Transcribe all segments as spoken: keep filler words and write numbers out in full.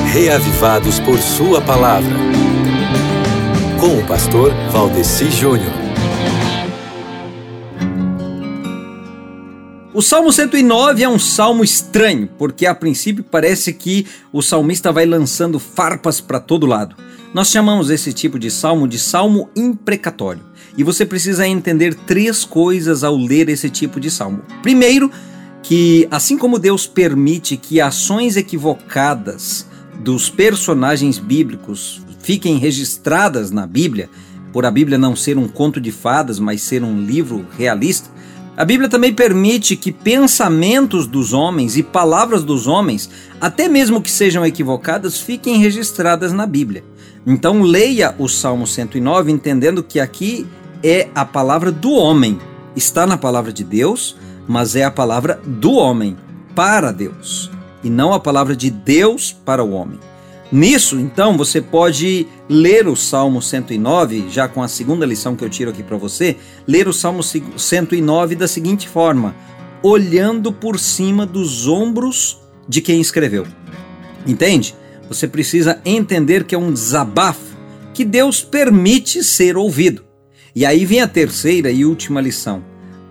Reavivados por sua palavra. Com o pastor Valdeci Júnior. O Salmo cento e nove é um salmo estranho, porque a princípio parece que o salmista vai lançando farpas para todo lado. Nós chamamos esse tipo de salmo de salmo imprecatório. E você precisa entender três coisas ao ler esse tipo de salmo. Primeiro, que assim como Deus permite que ações equivocadas dos personagens bíblicos fiquem registradas na Bíblia, por a Bíblia não ser um conto de fadas, mas ser um livro realista, a Bíblia também permite que pensamentos dos homens e palavras dos homens, até mesmo que sejam equivocadas, fiquem registradas na Bíblia. Então leia o Salmo cento e nove entendendo que aqui é a palavra do homem. Está na palavra de Deus, mas é a palavra do homem para Deus, e não a palavra de Deus para o homem. Nisso, então, você pode ler o Salmo cento e nove, já com a segunda lição que eu tiro aqui para você, ler o Salmo cento e nove da seguinte forma: olhando por cima dos ombros de quem escreveu. Entende? Você precisa entender que é um desabafo que Deus permite ser ouvido. E aí vem a terceira e última lição.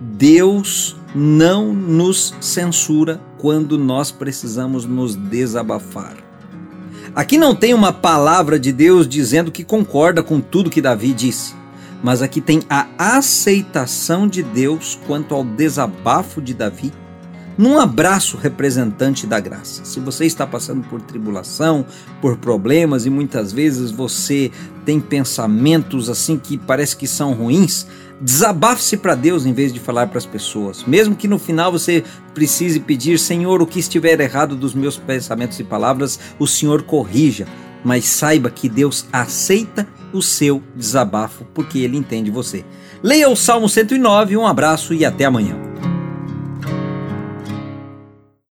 Deus não nos censura quando nós precisamos nos desabafar. Aqui não tem uma palavra de Deus dizendo que concorda com tudo que Davi disse, mas aqui tem a aceitação de Deus quanto ao desabafo de Davi, num abraço representante da graça. Se você está passando por tribulação, por problemas e muitas vezes você tem pensamentos assim que parece que são ruins, desabafe-se para Deus em vez de falar para as pessoas. Mesmo que no final você precise pedir: Senhor, o que estiver errado dos meus pensamentos e palavras, o Senhor corrija. Mas saiba que Deus aceita o seu desabafo, porque Ele entende você. Leia o Salmo cento e nove, um abraço e até amanhã.